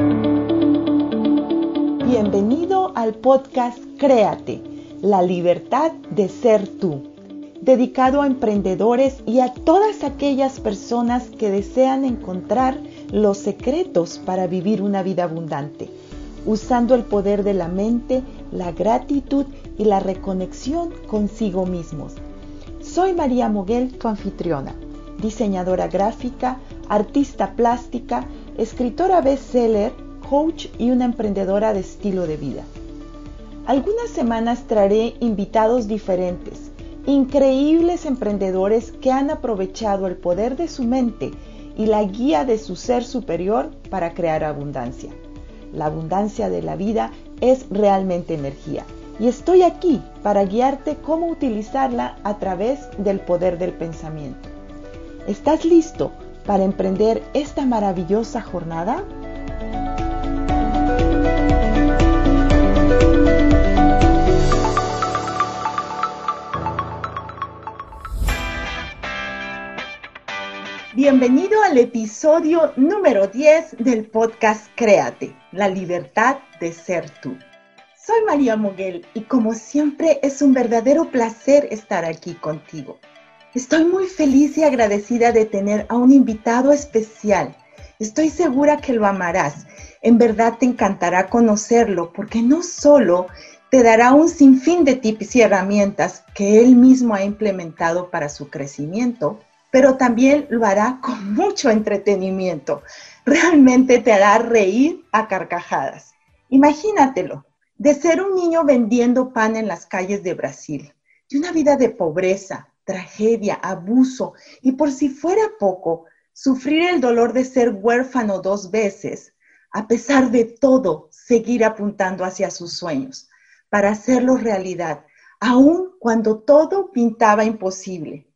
Bienvenido al podcast Créate, la libertad de ser tú, dedicado a emprendedores y a todas aquellas personas que desean encontrar los secretos para vivir una vida abundante, usando el poder de la mente, la gratitud y la reconexión consigo mismos. Soy María Moguel, tu anfitriona, diseñadora gráfica, artista plástica, escritora bestseller, coach y una emprendedora de estilo de vida. Algunas semanas traeré invitados diferentes, increíbles emprendedores que han aprovechado el poder de su mente y la guía de su ser superior para crear abundancia. La abundancia de la vida es realmente energía y estoy aquí para guiarte cómo utilizarla a través del poder del pensamiento. ¿Estás listo para emprender esta maravillosa jornada? Bienvenido al episodio número 10 del podcast Créate, la libertad de ser tú. Soy María Moguel y como siempre es un verdadero placer estar aquí contigo. Estoy muy feliz y agradecida de tener a un invitado especial. Estoy segura que lo amarás. En verdad te encantará conocerlo porque no solo te dará un sinfín de tips y herramientas que él mismo ha implementado para su crecimiento, pero también lo hará con mucho entretenimiento. Realmente te hará reír a carcajadas. Imagínatelo, de ser un niño vendiendo pan en las calles de Brasil, de una vida de pobreza, tragedia, abuso y por si fuera poco, sufrir el dolor de ser huérfano 2 veces, a pesar de todo, seguir apuntando hacia sus sueños, para hacerlos realidad, aun cuando todo pintaba imposible.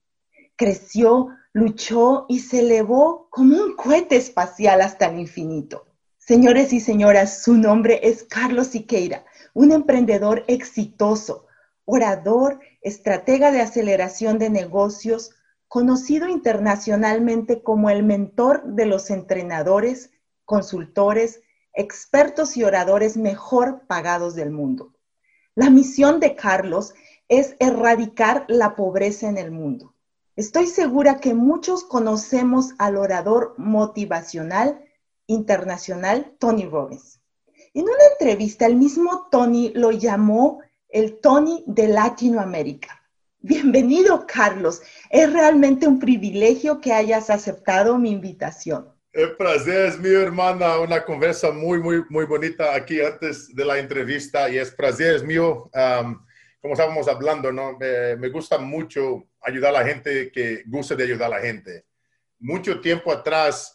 Creció, luchó y se elevó como un cohete espacial hasta el infinito. Señores y señoras, su nombre es Carlos Siqueira, un emprendedor exitoso, orador, estratega de aceleración de negocios, conocido internacionalmente como el mentor de los entrenadores, consultores, expertos y oradores mejor pagados del mundo. La misión de Carlos es erradicar la pobreza en el mundo. Estoy segura que muchos conocemos al orador motivacional internacional Tony Robbins. En una entrevista, el mismo Tony lo llamó el Tony de Latinoamérica. Bienvenido, Carlos. Es realmente un privilegio que hayas aceptado mi invitación. El placer es mío, hermana. Una conversa muy bonita aquí antes de la entrevista y es placer es mío. Como estábamos hablando, ¿no? Me gusta mucho ayudar a la gente que gusta de ayudar a la gente. Mucho tiempo atrás,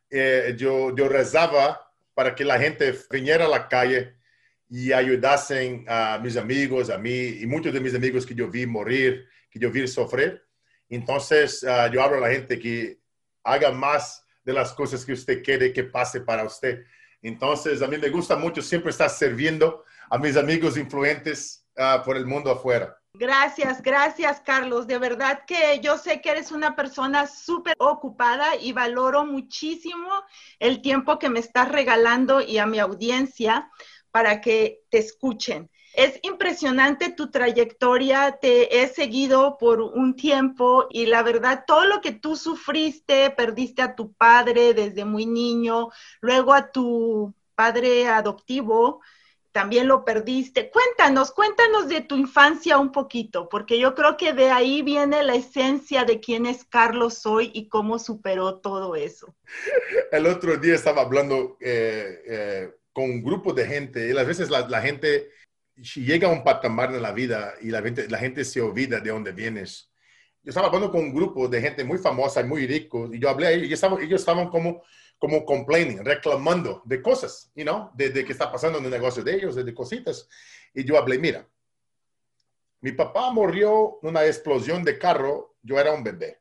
yo rezaba para que la gente viniera a la calle y ayudasen a mis amigos, a mí y muchos de mis amigos que yo vi morir, que yo vi sufrir. Entonces, yo hablo a la gente que haga más de las cosas que usted quiere que pase para usted. Entonces, a mí me gusta mucho siempre estar sirviendo a mis amigos influentes por el mundo afuera. Gracias, Carlos. De verdad que yo sé que eres una persona súper ocupada y valoro muchísimo el tiempo que me estás regalando y a mi audiencia para que te escuchen. Es impresionante tu trayectoria, te he seguido por un tiempo y la verdad, todo lo que tú sufriste, perdiste a tu padre desde muy niño, luego a tu padre adoptivo, también lo perdiste. Cuéntanos de tu infancia un poquito, porque yo creo que de ahí viene la esencia de quién es Carlos hoy y cómo superó todo eso. El otro día estaba hablando con un grupo de gente y a veces la gente llega a un patamar en la vida y la gente se olvida de dónde vienes. Yo estaba hablando con un grupo de gente muy famosa y muy rico y yo hablé a ellos y ellos estaban como complaining, reclamando de cosas, de qué está pasando en el negocio de ellos, de cositas. Y yo hablé, mira, mi papá murió en una explosión de carro, yo era un bebé.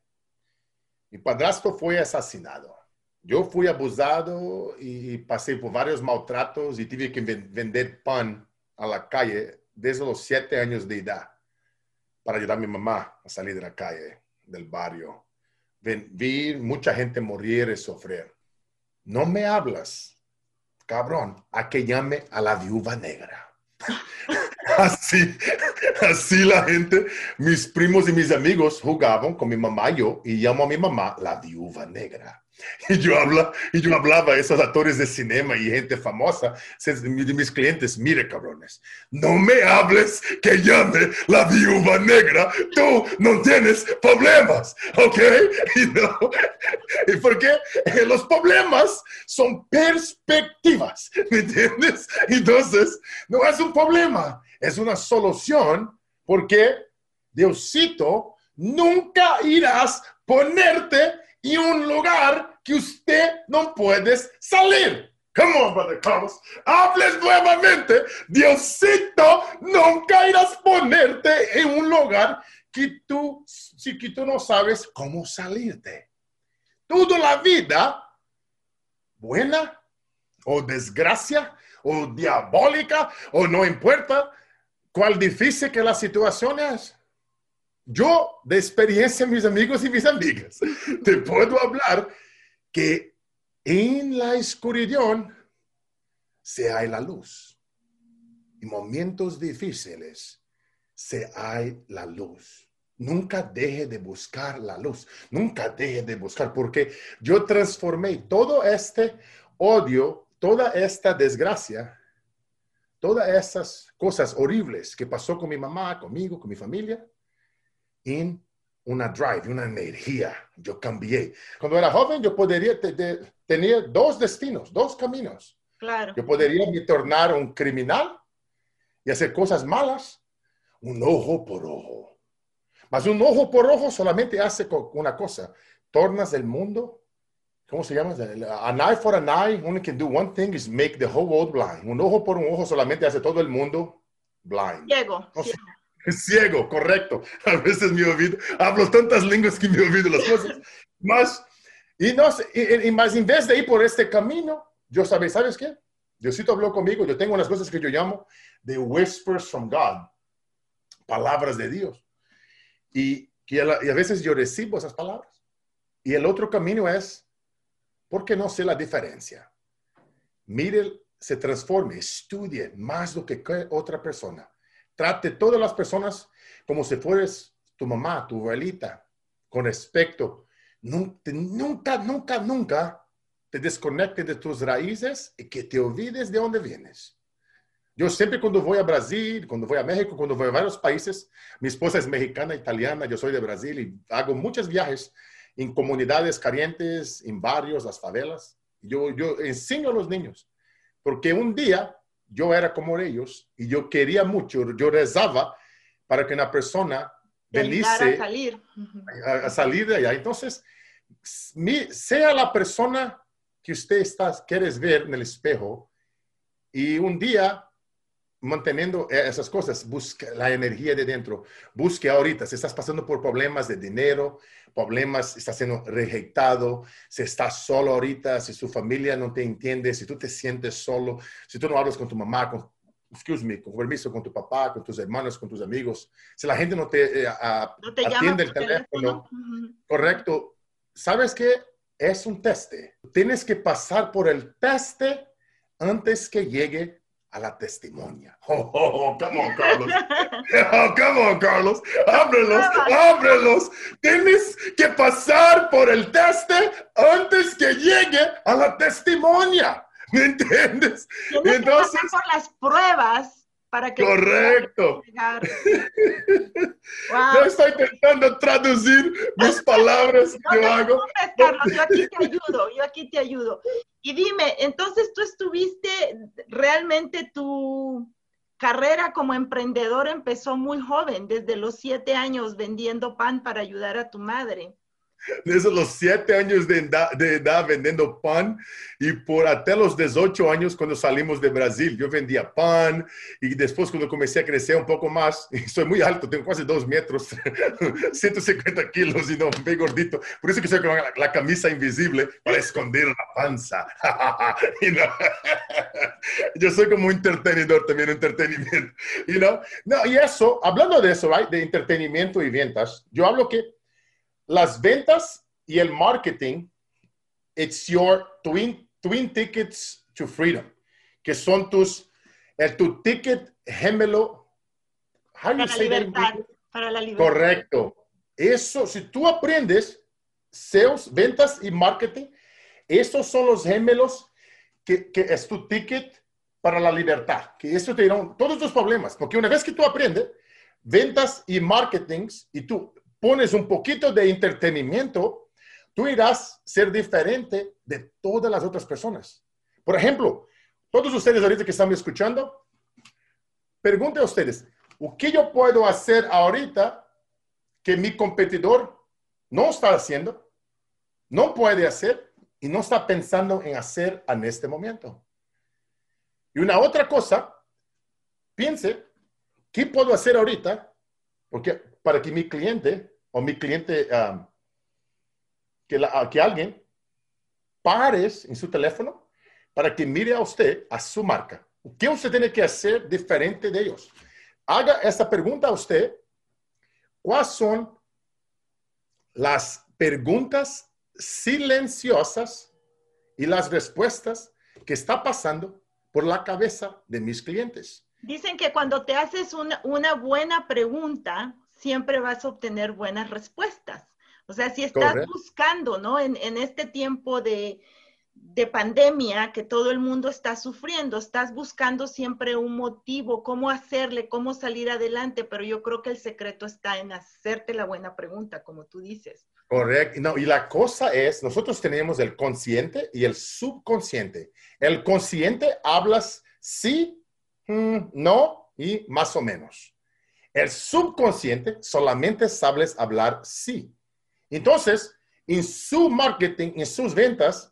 Mi padrastro fue asesinado. Yo fui abusado y pasé por varios maltratos y tuve que vender pan a la calle desde los 7 años de edad para ayudar a mi mamá a salir de la calle, del barrio. Vi mucha gente morir y sufrir. No me hablas cabrón, a que llame a la viuva negra. Así, así la gente, mis primos y mis amigos jugaban con mi mamá y yo, y llamo a mi mamá la viuva negra. Y yo hablaba a esos actores de cinema y gente famosa, de mis clientes, mire cabrones, no me hables que llame la viuva negra, tú no tienes problemas, ¿ok? ¿Y por qué? Los problemas son perspectivas, ¿me entiendes? Entonces, no es un problema, es una solución, porque Diosito nunca irás ponerte en un lugar que usted no puedes salir. Come on, Brother Carlos. Hables nuevamente. Diosito nunca irás ponerte en un lugar que tú no sabes cómo salirte. Toda la vida, buena o desgracia o diabólica o no importa cuál difícil que la situación es. Yo, de experiencia, mis amigos y mis amigas, te puedo hablar que en la oscuridad se hay la luz. En momentos difíciles se hay la luz. Nunca deje de buscar la luz. Nunca deje de buscar, porque yo transformé todo este odio, toda esta desgracia, todas esas cosas horribles que pasó con mi mamá, conmigo, con mi familia, en una drive, una energía. Yo cambié. Cuando era joven, yo tenía dos destinos, dos caminos. Claro. Yo podría me tornar un criminal y hacer cosas malas, un ojo por ojo. Mas un ojo por ojo solamente hace una cosa. Tornas el mundo, ¿cómo se llama? An eye for an eye. Only can do one thing is make the whole world blind. Un ojo por un ojo solamente hace todo el mundo blind. Ciego. No sé. Ciego, correcto. A veces me olvido. Hablo tantas lenguas que me olvido las cosas. Más en vez de ir por este camino, yo ¿sabes qué? Diosito habló conmigo. Yo tengo unas cosas que yo llamo the whispers from God. Palabras de Dios. Y a veces yo recibo esas palabras. Y el otro camino es, ¿por qué no sé la diferencia? Mire, se transforme, estudie más do que otra persona. Trate todas las personas como si fueras tu mamá, tu abuelita, con respeto. Nunca te desconectes de tus raíces y que te olvides de dónde vienes. Yo siempre cuando voy a Brasil, cuando voy a México, cuando voy a varios países, mi esposa es mexicana, italiana, yo soy de Brasil y hago muchos viajes en comunidades carentes, en barrios, las favelas. Yo enseño a los niños, porque un día yo era como ellos y yo quería mucho, yo rezaba para que una persona venise a salir de allá. Entonces, sea la persona que usted quieres ver en el espejo y un día manteniendo esas cosas, busque la energía de dentro, busque ahorita, si estás pasando por problemas de dinero, problemas, estás siendo rejeitado, si estás solo ahorita, si su familia no te entiende, si tú te sientes solo, si tú no hablas con tu mamá, con permiso, con tu papá, con tus hermanos, con tus amigos, si la gente no te atiende el teléfono, correcto, ¿sabes qué? Es un teste. Tienes que pasar por el teste antes que llegue a la testimonia. Come on, Carlos. Come on, Carlos. Ábrelos. Tienes que pasar por el teste antes que llegue a la testimonia. ¿Me entiendes? Tienes que pasar por las pruebas para que... Correcto. Wow. Yo estoy intentando traducir mis palabras que yo hago. Carlos, yo aquí te ayudo. Y dime, entonces tú realmente tu carrera como emprendedor empezó muy joven, desde los 7 años vendiendo pan para ayudar a tu madre. Desde los 7 años de edad vendiendo pan y por hasta los 18 años cuando salimos de Brasil, yo vendía pan y después cuando comencé a crecer un poco más, y soy muy alto, tengo casi 2 metros, 150 kilos y no, muy gordito, por eso que soy con la camisa invisible para esconder la panza. Yo soy como un entretenedor también, entretenimiento. Y eso, hablando de eso, right, de entretenimiento y ventas, yo hablo que las ventas y el marketing, it's your twin tickets to freedom, que son tu ticket gemelo. Para la libertad, para la libertad. Correcto. Eso, si tú aprendes sales, ventas y marketing, esos son los gemelos que es tu ticket para la libertad, que eso te dirán todos tus problemas, porque una vez que tú aprendes ventas y marketing y tú pones un poquito de entretenimiento, tú irás a ser diferente de todas las otras personas. Por ejemplo, todos ustedes ahorita que están me escuchando, pregunten a ustedes, ¿qué yo puedo hacer ahorita que mi competidor no está haciendo, no puede hacer y no está pensando en hacer en este momento? Y una otra cosa, piense, ¿qué puedo hacer ahorita para que mi cliente o mi cliente, que alguien pares en su teléfono para que mire a usted, a su marca? ¿Qué usted tiene que hacer diferente de ellos? Haga esta pregunta a usted. ¿Cuáles son las preguntas silenciosas y las respuestas que está pasando por la cabeza de mis clientes? Dicen que cuando te haces una buena pregunta, siempre vas a obtener buenas respuestas. O sea, si estás buscando, ¿no? En este tiempo de pandemia que todo el mundo está sufriendo, estás buscando siempre un motivo, cómo hacerle, cómo salir adelante, pero yo creo que el secreto está en hacerte la buena pregunta, como tú dices. Correcto. No, y la cosa es, nosotros tenemos el consciente y el subconsciente. El consciente hablas sí, no y más o menos. El subconsciente solamente sabes hablar sí. Entonces, en su marketing, en sus ventas,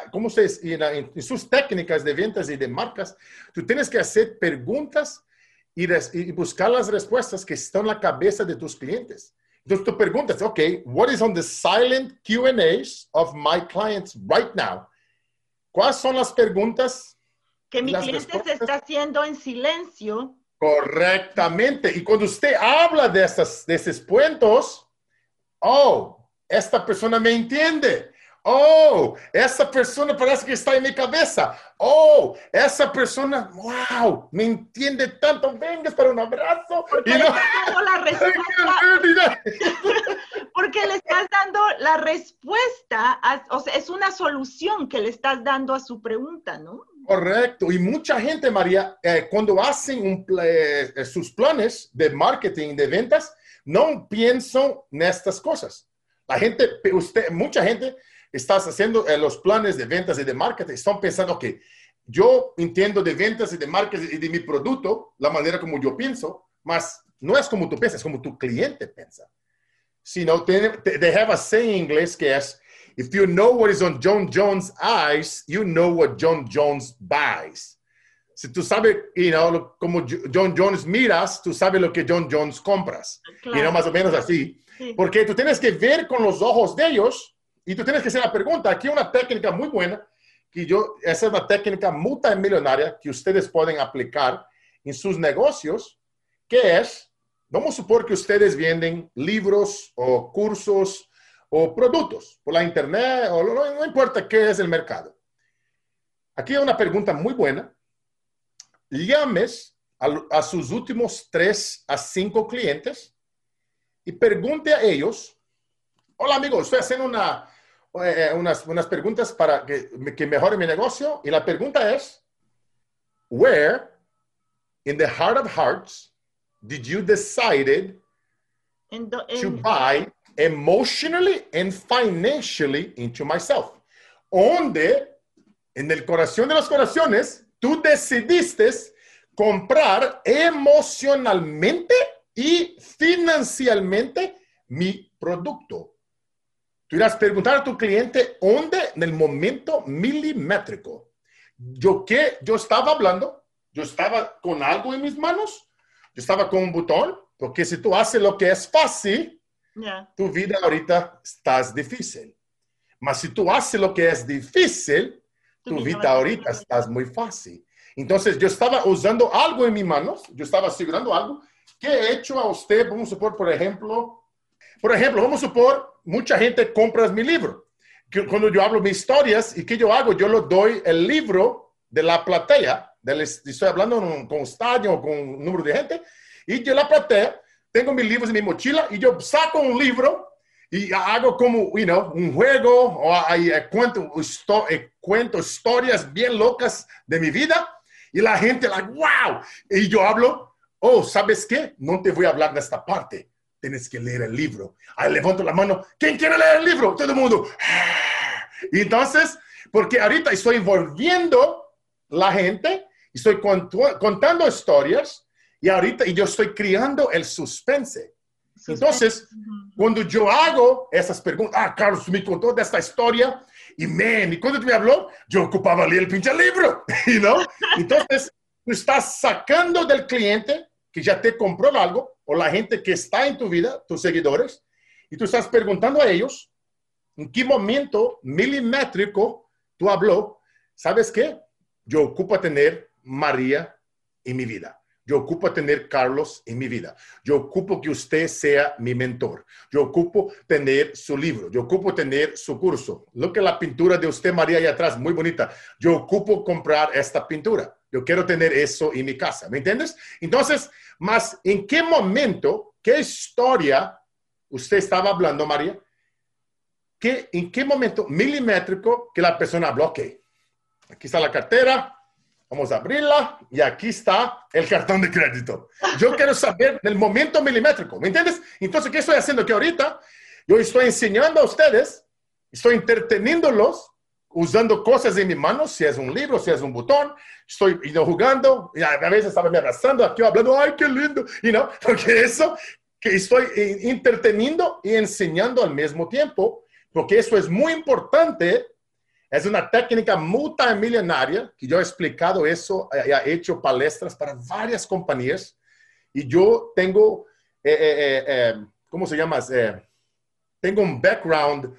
en sus técnicas de ventas y de marcas, tú tienes que hacer preguntas y buscar las respuestas que están en la cabeza de tus clientes. Entonces tú preguntas, okay, what is on the silent Q&As of my clients right now? ¿Cuáles son las preguntas que mi cliente se está haciendo en silencio? Correctamente. Y cuando usted habla de esos puntos, esta persona me entiende. Essa persona parece que está en mi cabeza. Essa persona, wow, me entiende tanto. Vengas para un abrazo. Porque le estás dando la respuesta. Porque le estás dando la respuesta. O sea, es una solución que le estás dando a su pregunta, ¿no? Correcto. Y mucha gente, María, cuando hacen sus planes de marketing, de ventas, no piensan en estas cosas. Mucha gente estás haciendo los planes de ventas y de marketing, están pensando que yo entiendo de ventas y de marketing y de mi producto, la manera como yo pienso, mas no es como tú piensas, es como tu cliente piensa. Sino, they have a saying en inglés que es, if you know what is on John Jones' eyes, you know what John Jones buys. Si tú sabes, como John Jones miras, tú sabes lo que John Jones compras. Claro. Más o menos así. Sí. Porque tú tienes que ver con los ojos de ellos y tú tienes que hacer la pregunta. Aquí hay una técnica muy buena, esa es una técnica multimillonaria que ustedes pueden aplicar en sus negocios, que es, vamos a supor que ustedes venden libros o cursos o productos por la internet, o no importa qué es el mercado. Aquí hay una pregunta muy buena. Llames a sus últimos 3 a 5 clientes y pregunte a ellos, hola amigos, estoy haciendo unas preguntas para que mejore mi negocio. Y la pregunta es, where in the heart of hearts did you decide to buy emotionally and financially into myself? ¿Dónde en el corazón de los corazones tú decidiste comprar emocionalmente y financieramente mi producto? Tú irás a preguntar a tu cliente dónde en el momento milimétrico. Yo estaba hablando, yo estaba con algo en mis manos, yo estaba con un botón, porque si tú haces lo que es fácil, tu vida ahorita está difícil. Mas si tú haces lo que es difícil, tu vida ahorita está muy fácil. Entonces, yo estaba usando algo en mis manos, yo estaba asegurando algo que he hecho a usted, vamos a supor, por ejemplo, vamos a supor, mucha gente compra mi libro. Cuando yo hablo mis historias, ¿y qué yo hago? Yo le doy el libro de la platea, estoy hablando con un estadio, con un número de gente, y de la platea, tengo mis libros en mi mochila y yo saco un libro y hago como, un juego o cuento historias bien locas de mi vida y la gente, wow. Y yo hablo, ¿sabes qué? No te voy a hablar de esta parte. Tienes que leer el libro. Ahí levanto la mano. ¿Quién quiere leer el libro? Todo el mundo. Y entonces, porque ahorita estoy envolviendo la gente, estoy contando historias y yo estoy creando el suspense. Entonces, cuando yo hago esas preguntas, Carlos me contó de esta historia y cuando me habló, yo ocupaba leer el pinche libro, Entonces, tú estás sacando del cliente que ya te compró algo o la gente que está en tu vida, tus seguidores, y tú estás preguntando a ellos en qué momento milimétrico tú habló. ¿Sabes qué? Yo ocupo tener María en mi vida. Yo ocupo tener Carlos en mi vida. Yo ocupo que usted sea mi mentor. Yo ocupo tener su libro. Yo ocupo tener su curso. Lo que la pintura de usted, María, ahí atrás, muy bonita. Yo ocupo comprar esta pintura. Yo quiero tener eso en mi casa. ¿Me entiendes? Entonces, más, ¿en qué momento, qué historia usted estaba hablando, María? ¿En qué momento milimétrico que la persona habló? Ok, aquí está la cartera. Vamos a abrirla y aquí está el cartón de crédito. Yo quiero saber del momento milimétrico, ¿me entiendes? Entonces, ¿qué estoy haciendo aquí ahorita? Yo estoy enseñando a ustedes, estoy entreteniéndolos, usando cosas en mi mano, si es un libro, si es un botón, estoy jugando, y a veces estaba me abrazando, aquí hablando, ¡ay, qué lindo! Porque eso, que estoy entreteniendo y enseñando al mismo tiempo, porque eso es muy importante. Es una técnica multimillonaria que yo he explicado eso, he hecho palestras para varias compañías y yo tengo, ¿cómo se llama? Tengo un background,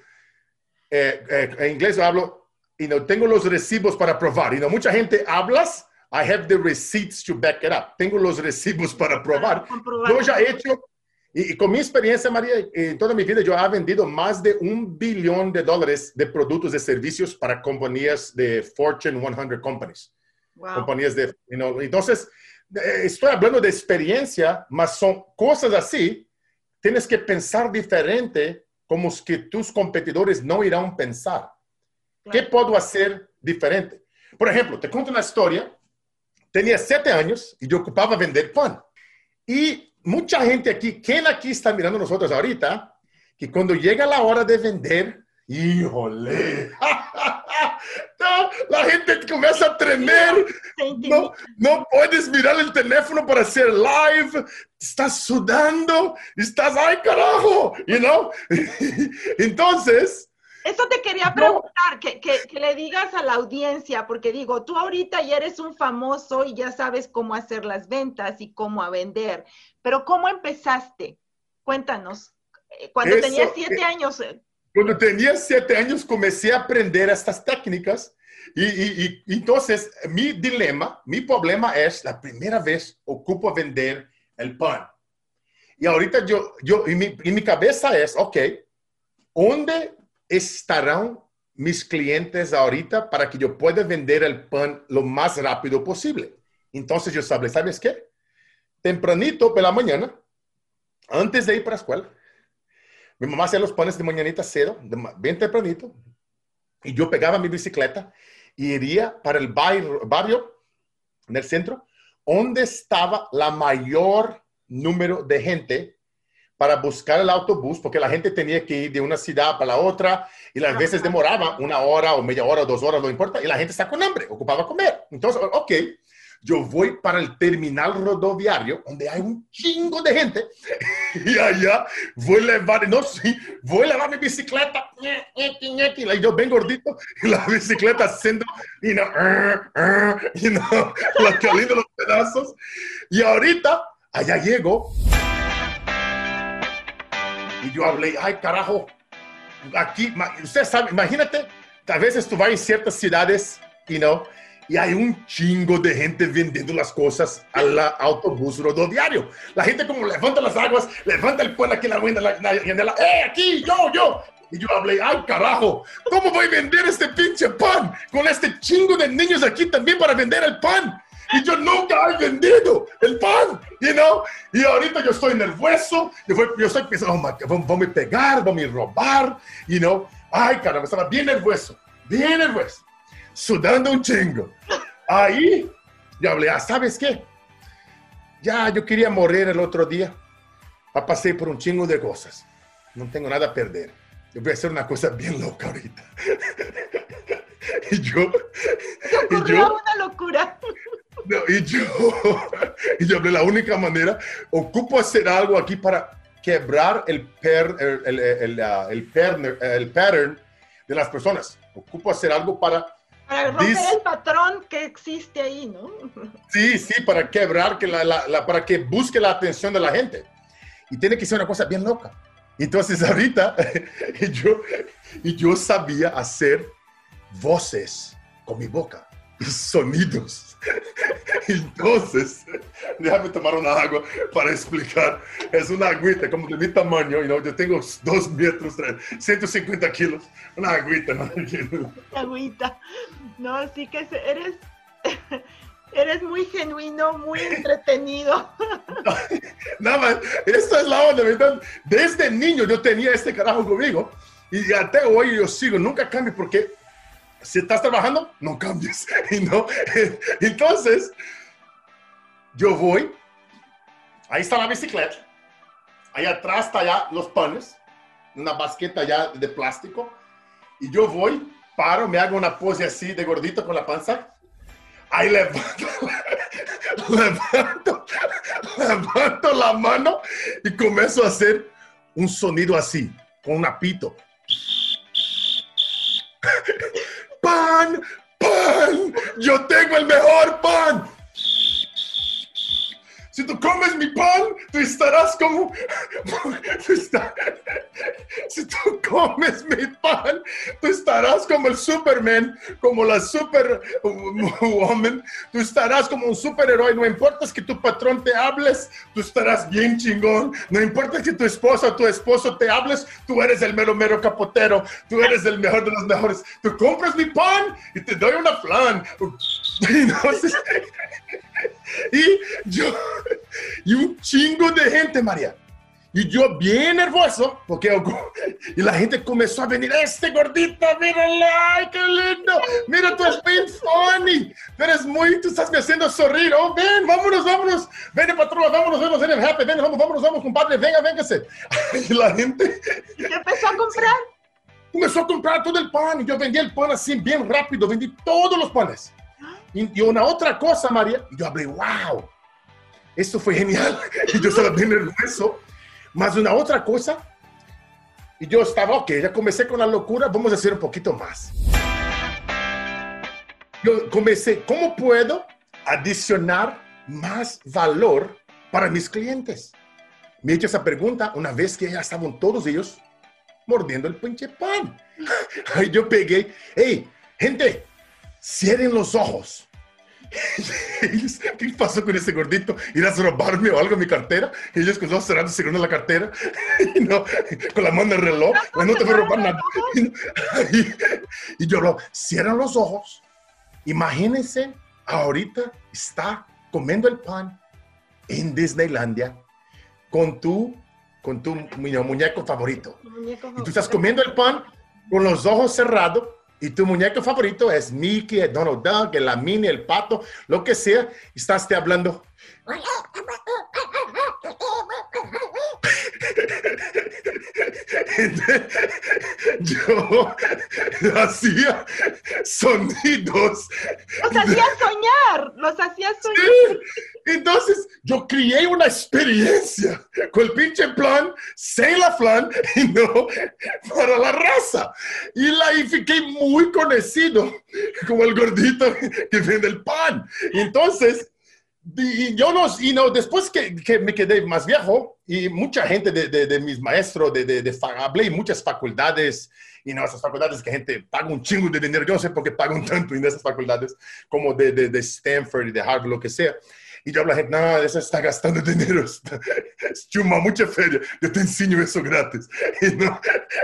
en inglés hablo, tengo los recibos para probar. Mucha gente hablas, I have the receipts to back it up. Tengo los recibos para probar. Yo ya he hecho, y con mi experiencia, María, en toda mi vida yo he vendido más de $1 billón de productos y servicios para compañías de Fortune 100 companies. Wow. Compañías de, entonces, estoy hablando de experiencia, mas son cosas así, tienes que pensar diferente como que tus competidores no irán a pensar. Claro. ¿Qué puedo hacer diferente? Por ejemplo, te cuento una historia. Tenía 7 años y yo ocupaba vender pan. Y mucha gente aquí, ¿quién aquí está mirando a nosotros ahorita? Que cuando llega la hora de vender, ¡híjole! La gente comienza a tremer. No puedes mirar el teléfono para hacer live. Estás sudando. Estás, ¡ay, carajo! Entonces... Eso te quería preguntar, que le digas a la audiencia, porque digo, tú ahorita ya eres un famoso y ya sabes cómo hacer las ventas y cómo a vender, pero ¿cómo empezaste? Cuéntanos, cuando tenías 7 años. Cuando tenía 7 años comencé a aprender estas técnicas y entonces mi problema es, la primera vez ocupo vender el pan. Y ahorita yo en mi cabeza es, ok, ¿dónde estarán mis clientes ahorita para que yo pueda vender el pan lo más rápido posible? Entonces yo ¿sabes qué? Tempranito por la mañana, antes de ir para la escuela, mi mamá hacía los panes de mañanita cedo, bien tempranito, y yo pegaba mi bicicleta y iría para el barrio en el centro, donde estaba la mayor número de gente para buscar el autobús, porque la gente tenía que ir de una ciudad para la otra y las veces demoraba 1 hora o media hora, 2 horas, no importa, y la gente está con hambre, ocupaba comer. Entonces, ok, yo voy para el terminal rodoviario, donde hay un chingo de gente, y allá voy a llevar mi bicicleta, y yo bien gordito, y la bicicleta haciendo, caliendo los pedazos, y ahorita, allá llego, y yo hablé, ay, carajo, aquí, usted sabe, imagínate, a veces tú vas en ciertas ciudades, y hay un chingo de gente vendiendo las cosas al autobús rodoviario. La gente como levanta las aguas, levanta el pan aquí en la winda, aquí, yo. Y yo hablé, ay, carajo, ¿cómo voy a vender este pinche pan? Con este chingo de niños aquí también para vender el pan. Y yo nunca he vendido el pan, you know? Y ahorita yo estoy nervioso, yo estoy pensando, oh, vamos a pegar, vamos a robar, you know? Ay, caramba, estaba bien nervioso, sudando un chingo. Ahí, yo hablé, ¿sabes qué? Ya, yo quería morir el otro día. Pasé por un chingo de cosas. No tengo nada a perder. Yo voy a hacer una cosa bien loca ahorita. y yo... una locura. No, y yo hablé, la única manera, ocupo hacer algo aquí para quebrar el pattern de las personas. Ocupo hacer algo para romper el patrón que existe ahí, ¿no? Sí, para quebrar, para que busque la atención de la gente. Y tiene que ser una cosa bien loca. Entonces ahorita, yo sabía hacer voces con mi boca y sonidos. Entonces, déjame tomar una agua para explicar. Es una agüita como de mi tamaño, yo tengo 2 metros, 150 kilos, una agüita. ¿No? Agüita. No, sí que eres muy genuino, muy entretenido. Nada más, esta es la onda, ¿verdad? Desde niño yo tenía este carajo conmigo y hasta hoy yo sigo, nunca cambio porque si estás trabajando, no cambies. ¿No? Entonces, yo voy, ahí está la bicicleta, ahí atrás está ya los panes, una basqueta ya de plástico, y yo voy, paro, me hago una pose así de gordito con la panza, ahí levanto la mano y comienzo a hacer un sonido así, con un apito. ¡Pan! ¡Pan! ¡Yo tengo el mejor pan! Si tú comes mi pan, tú estarás como... Si tú comes mi pan, tú estarás como el Superman, como la Superwoman. Tú estarás como un superhéroe. No importa que tu patrón te hables, tú estarás bien chingón. No importa que tu esposa o tu esposo te hables, tú eres el mero capotero. Tú eres el mejor de los mejores. Tú compras mi pan y te doy una flan. Y un chingo de gente, María. Y yo bien nervioso, porque y la gente comenzó a venir, este gordito, míralo, ay, qué lindo, mira, tú eres bien funny, tú estás me haciendo sonreír, oh, ven, vámonos, ven, patrón, vámonos, ven, happy, ven, vámonos, compadre, véngase. Y la gente... ¿Y te empezó a comprar? Comenzó a comprar todo el pan, y yo vendí el pan así bien rápido, vendí todos los panes. Y una otra cosa, María, yo hablé, wow, esto fue genial, y yo estaba bien nervioso. Más una otra cosa, y yo estaba, ok, ya comencé con la locura, vamos a hacer un poquito más. Yo comencé, ¿cómo puedo adicionar más valor para mis clientes? Me he hecho esa pregunta una vez que ya estaban todos ellos mordiendo el pinche pan. Ahí yo pegué, hey, gente, cierren los ojos. ¿Qué pasó con ese gordito? ¿Irás a robarme o algo en mi cartera? Y ellos con los ojos cerrando la cartera, no, con la mano del reloj, no te voy a robar nada. Y yo hablo, cierran los ojos. Imagínense, ahorita está comiendo el pan en Disneylandia con tu muñeco favorito. Y tú estás comiendo el pan con los ojos cerrados. Y tu muñeco favorito es Mickey, Donald Duck, la Minnie, el pato, lo que sea. Y estás hablando. Yo hacía sonidos. Los hacía soñar. Sí. Entonces, yo creé una experiencia con el pinche plan, sin la flan, y no para la raza. Y fiqué muy conocido como el gordito que vende el pan. Entonces, después que me quedé más viejo, y mucha gente de mis maestros, hablé en muchas facultades y no, esas facultades que gente paga un chingo de dinero, yo no sé por qué pagan tanto en esas facultades como de Stanford y de Harvard, lo que sea. Y yo hablo a la gente, no, eso está gastando dinero, es chuma, mucha feria, yo te enseño eso gratis. Y, no,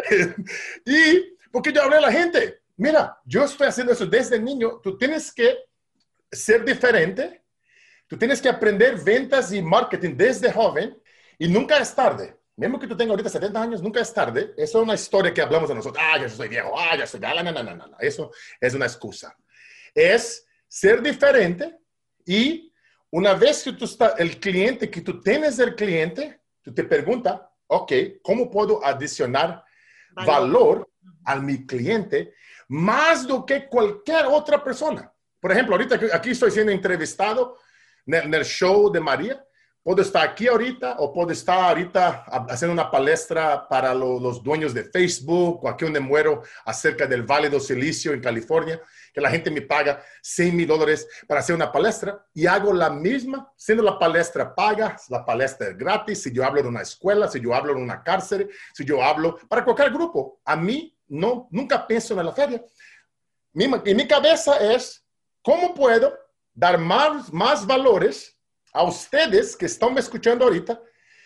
y porque yo hablé a la gente, mira, yo estoy haciendo eso desde niño, tú tienes que ser diferente, tú tienes que aprender ventas y marketing desde joven y nunca es tarde. Mismo que tú tengas ahorita 70 años, nunca es tarde. Eso es una historia que hablamos de nosotros. Ah, ya soy viejo. Ah, ya soy... No, no, no, no, no. Eso es una excusa. Es ser diferente y una vez que tú estás, el cliente, que tú tienes el cliente, tú te preguntas, ok, ¿cómo puedo adicionar valor a mi cliente más do que cualquier otra persona? Por ejemplo, ahorita aquí estoy siendo entrevistado en el show de María. Puedo estar aquí ahorita o puedo estar ahorita haciendo una palestra para los dueños de Facebook o aquí donde muero acerca del Valle del Silicio en California, que la gente me paga $100,000 para hacer una palestra y hago la misma, siendo la palestra paga, la palestra es gratis, si yo hablo en una escuela, si yo hablo en una cárcel, si yo hablo para cualquier grupo. A mí no, nunca pienso en la feria. En mi cabeza es, ¿cómo puedo dar más valores a ustedes que están me escuchando ahorita,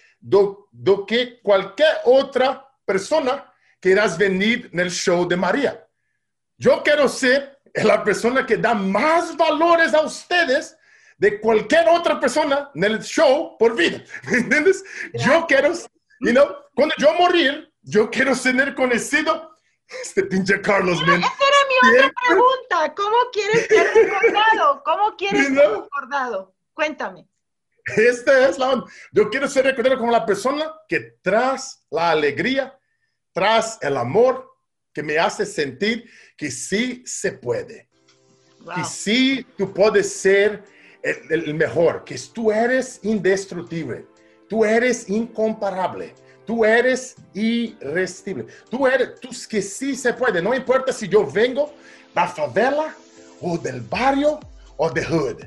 do que cualquier otra persona que irás venir en el show de María? Yo quiero ser la persona que da más valores a ustedes de cualquier otra persona en el show por vida. ¿Entiendes? Yo quiero, cuando yo morir, yo quiero ser conocido. Este pinche Carlos, man. Esa era mi otra pregunta. ¿Cómo quieres ser recordado? ¿Cómo quieres ser recordado? Cuéntame. Esta es la onda. Yo quiero ser recordado como la persona que tras la alegría, tras el amor, que me hace sentir que sí se puede. Wow. Que sí tú puedes ser el mejor, que tú eres indestructible, tú eres incomparable, tú eres irresistible, tú que sí se puede. No importa si yo vengo de la favela o del barrio o de hood.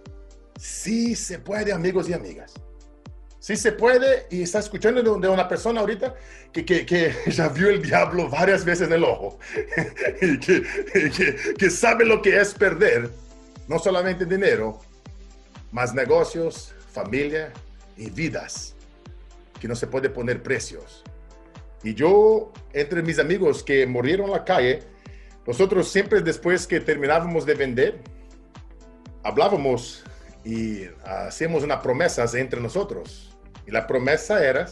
Sí se puede, amigos y amigas. Sí se puede, y está escuchando de una persona ahorita que ya vio el diablo varias veces en el ojo y que sabe lo que es perder, no solamente dinero, más negocios, familia y vidas, que no se puede poner precios. Y yo, entre mis amigos que murieron en la calle, nosotros siempre después que terminábamos de vender, hablábamos y hacíamos una promesa entre nosotros. Y la promesa era,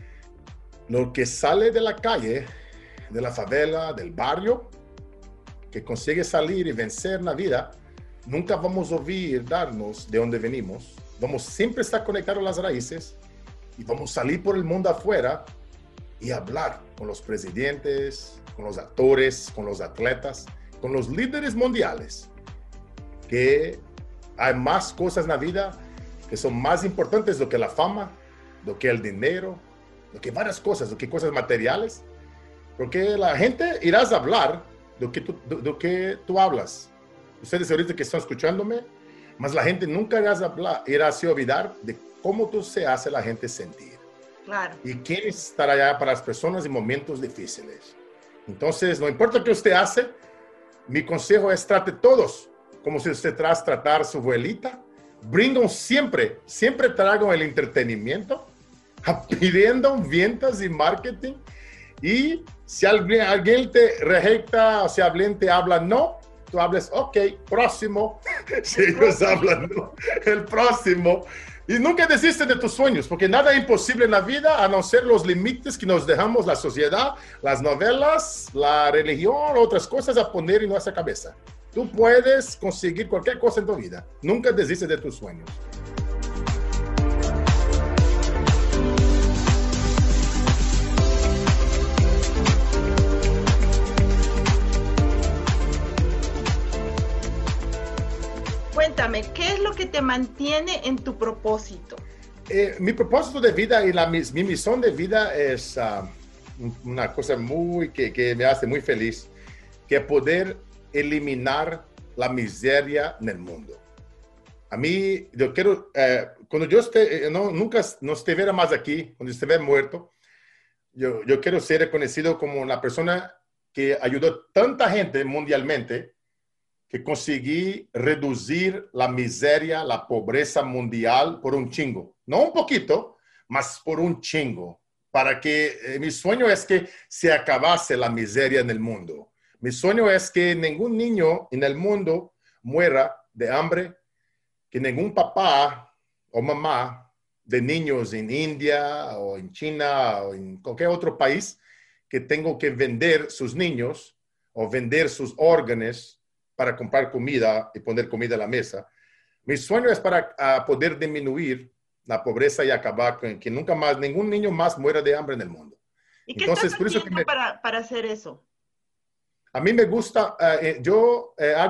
lo que sale de la calle, de la favela, del barrio, que consigue salir y vencer la vida, nunca vamos a olvidarnos de dónde venimos. Vamos siempre a estar conectados a las raíces y vamos a salir por el mundo afuera y hablar con los presidentes, con los actores, con los atletas, con los líderes mundiales, que hay más cosas en la vida que son más importantes do que la fama, do que el dinero, do que varias cosas, do que cosas materiales, porque la gente irás a hablar do que tú hablas. Ustedes ahorita que están escuchándome, mas la gente nunca irá a se olvidar de cómo tú se hace la gente sentir. Claro. Y quién estará allá para las personas en momentos difíciles. Entonces, no importa qué usted hace, mi consejo es trate todos como si usted tratar a su abuelita. Brindan siempre traigan el entretenimiento, pidiendo ventas y marketing. Y si alguien te rejecta, o si alguien te habla no, tú hables, ok, próximo. Si ellos hablan no, el próximo. Y nunca desistes de tus sueños, porque nada es imposible en la vida a no ser los límites que nos dejamos la sociedad, las novelas, la religión, otras cosas a poner en nuestra cabeza. Tú puedes conseguir cualquier cosa en tu vida. Nunca desistes de tus sueños. Cuéntame, ¿qué es lo que te mantiene en tu propósito? Mi propósito de vida y mi misión de vida es una cosa que me hace muy feliz, que es poder eliminar la miseria en el mundo. A mí, yo quiero, cuando yo nunca no estuviera más aquí, cuando estuviera muerto, yo quiero ser reconocido como la persona que ayudó tanta gente mundialmente que conseguí reducir la miseria, la pobreza mundial por un chingo. No un poquito, mas por un chingo. Para que mi sueño es que se acabase la miseria en el mundo. Mi sueño es que ningún niño en el mundo muera de hambre, que ningún papá o mamá de niños en India o en China o en cualquier otro país que tenga que vender sus niños o vender sus órganos para comprar comida y poner comida a la mesa. Mi sueño es para poder disminuir la pobreza y acabar con que nunca más, ningún niño más muera de hambre en el mundo. ¿Y qué Entonces, estás por eso haciendo para hacer eso? a mí me gusta, yo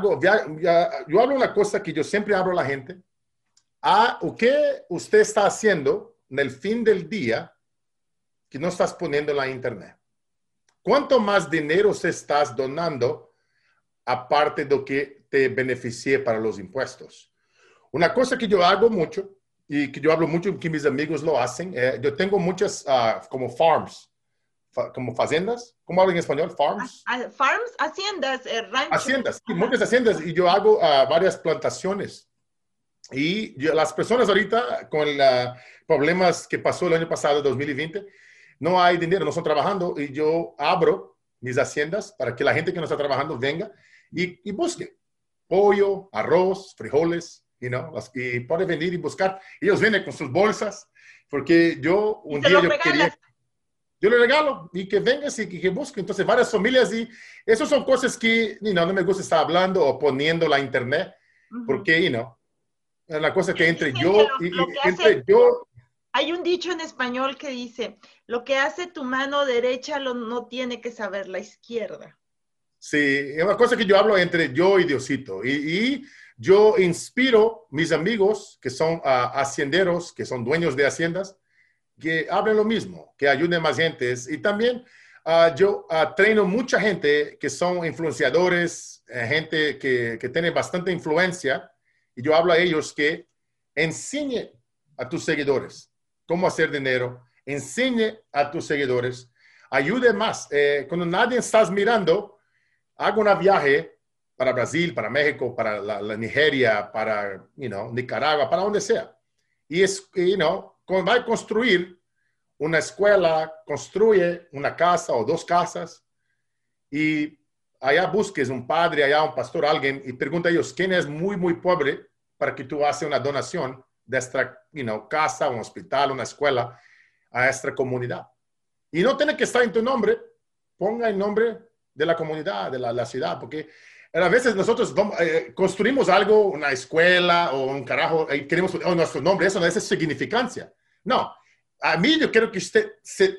hablo una cosa que yo siempre hablo a la gente. ¿O qué usted está haciendo en el fin del día que no estás poniendo en la internet? ¿Cuánto más dinero se estás donando aparte de lo que te beneficie para los impuestos? Una cosa que yo hago mucho y que yo hablo mucho que mis amigos lo hacen, yo tengo muchas como farms, como fazendas. ¿Cómo hablo en español? Farms. Farms, haciendas, ranchos. Haciendas, sí, muchas haciendas. Y yo hago varias plantaciones. Y las personas ahorita con problemas que pasó el año pasado, 2020, no hay dinero, no están trabajando. Y yo abro mis haciendas para que la gente que no está trabajando venga y busque pollo, arroz, frijoles, y puede venir y buscar. Ellos vienen con sus bolsas, porque yo un día yo quería... Yo le regalo y que vengas y que busque. Entonces, varias familias y esas son cosas que, no me gusta estar hablando o poniendo la internet, porque, es una cosa que entre yo entre yo. Hay un dicho en español que dice, lo que hace tu mano derecha no tiene que saber la izquierda. Sí, es una cosa que yo hablo entre yo y Diosito. Y yo inspiro mis amigos que son hacienderos, que son dueños de haciendas, que hablen lo mismo, que ayuden más gentes. Y también yo treino mucha gente que son influenciadores, gente que tiene bastante influencia, y yo hablo a ellos que enseñe a tus seguidores cómo hacer dinero, enseñe a tus seguidores, ayude más. Cuando nadie estás mirando, haga un viaje para Brasil, para México, para la Nigeria, para Nicaragua, para donde sea. Y va a construir una escuela, construye una casa o dos casas y allá busques un padre, allá un pastor, alguien, y pregunta a ellos quién es muy, muy pobre para que tú hagas una donación de esta casa, un hospital, una escuela a esta comunidad. Y no tiene que estar en tu nombre, ponga el nombre de la comunidad, de la ciudad, porque a veces nosotros construimos algo, una escuela o un carajo, y queremos nuestro nombre, eso no es significancia. No, a mí yo quiero que usted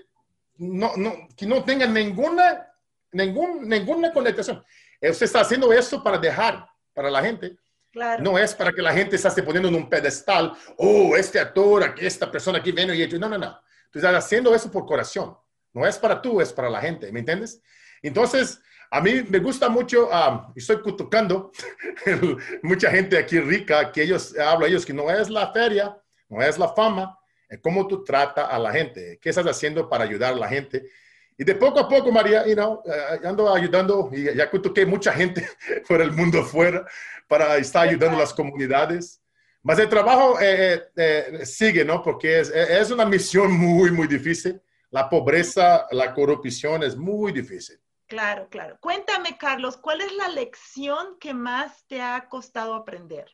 que no tenga ninguna conectación. Usted está haciendo eso para dejar para la gente. Claro. No es para que la gente se esté poniendo en un pedestal. Oh, este actor, aquí, esta persona aquí viene y hecho. No. Tú estás haciendo eso por corazón. No es para tú, es para la gente. ¿Me entiendes? Entonces, a mí me gusta mucho, estoy tocando mucha gente aquí rica, que ellos que no es la feria, no es la fama, es cómo tú tratas a la gente, qué estás haciendo para ayudar a la gente. Y de poco a poco, María, ando ayudando, y ya toqué mucha gente por el mundo afuera para estar ayudando a las comunidades. Mas el trabajo sigue, ¿no? Porque es una misión muy, muy difícil. La pobreza, la corrupción es muy difícil. Claro. Cuéntame, Carlos, ¿cuál es la lección que más te ha costado aprender?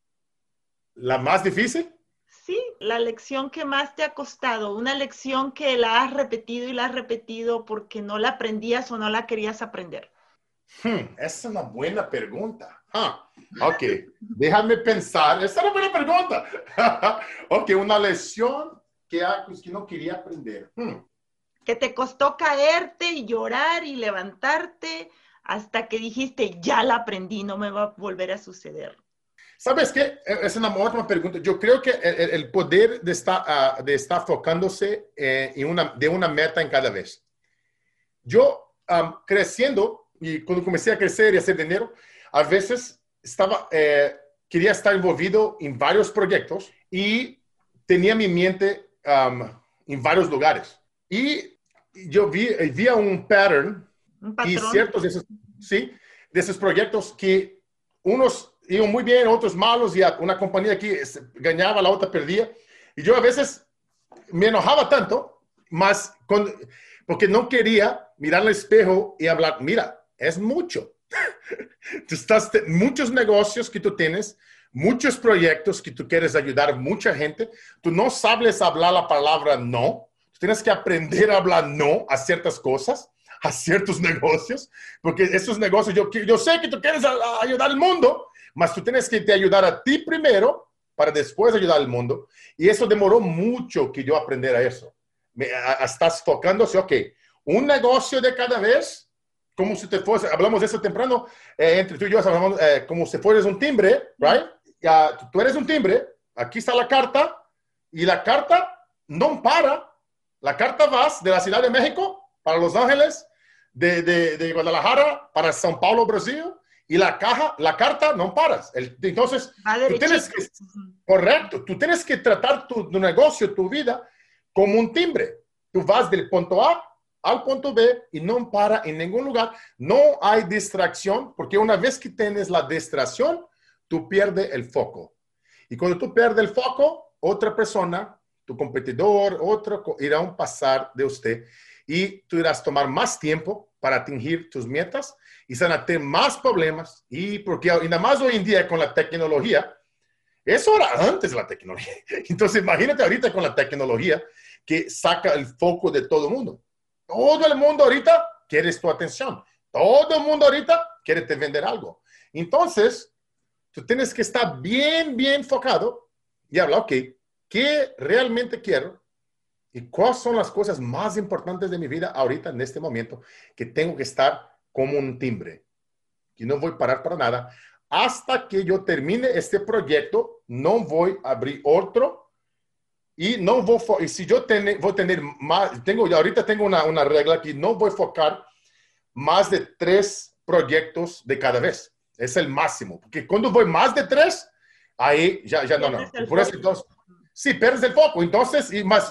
¿La más difícil? Sí, la lección que más te ha costado, una lección que la has repetido y la has repetido porque no la aprendías o no la querías aprender. Esa es una buena pregunta. Ok, déjame pensar. Esa es una buena pregunta. Ok, una lección que no quería aprender. Que te costó caerte y llorar y levantarte hasta que dijiste, ya la aprendí, no me va a volver a suceder. ¿Sabes qué? Es una ótima pregunta. Yo creo que el poder de estar focándose de una meta en cada vez. Yo, creciendo, y cuando comencé a crecer y hacer dinero, a veces quería estar envolvido en varios proyectos y tenía mi mente en varios lugares. Y yo vi un pattern Un Y patrón. ciertos de esos, sí, de esos proyectos que unos iban muy bien, otros malos, y una compañía aquí ganaba, la otra perdía. Y yo a veces me enojaba tanto, más porque no quería mirar al espejo y hablar, mira, es mucho. Muchos negocios que tú tienes, muchos proyectos que tú quieres ayudar a mucha gente, tú no sabes hablar la palabra no, tú tienes que aprender a hablar no a ciertas cosas, a ciertos negocios, porque esos negocios, yo sé que tú quieres ayudar al mundo, mas tú tienes que te ayudar a ti primero para después ayudar al mundo. Y eso demoró mucho que yo aprendiera eso. Estás focándose, ok, un negocio de cada vez, como si te fuese, hablamos de eso temprano, entre tú y yo, hablamos, como si fueras un timbre, right? Tú eres un timbre, aquí está la carta, y la carta no para. La carta vas de la Ciudad de México para Los Ángeles, de Guadalajara para São Paulo, Brasil, y la carta no paras. Entonces, Va tú tienes derechito. que, correcto, tú tienes que tratar tu negocio, tu vida, como un timbre. Tú vas del punto A al punto B y no para en ningún lugar. No hay distracción, porque una vez que tienes la distracción, tú pierdes el foco. Y cuando tú pierdes el foco, otra persona, tu competidor, otro, irá a pasar de usted y tú irás a tomar más tiempo para atingir tus metas y se van a tener más problemas. Y nada más hoy en día con la tecnología, eso era antes de la tecnología. Entonces imagínate ahorita con la tecnología que saca el foco de todo el mundo. Todo el mundo ahorita quiere tu atención. Todo el mundo ahorita quiere te vender algo. Entonces, tú tienes que estar bien, bien enfocado y hablar, ok, ¿qué realmente quiero? ¿Y cuáles son las cosas más importantes de mi vida ahorita, en este momento, que tengo que estar como un timbre? Y no voy a parar para nada. Hasta que yo termine este proyecto, no voy a abrir otro. Y no voy, y si yo voy a tener más, ahorita tengo una regla que no voy a enfocar más de 3 proyectos de cada vez. Es el máximo. Porque cuando voy más de 3, ahí ya no. Y por eso, entonces, sí, pierdes el foco. Entonces, y más,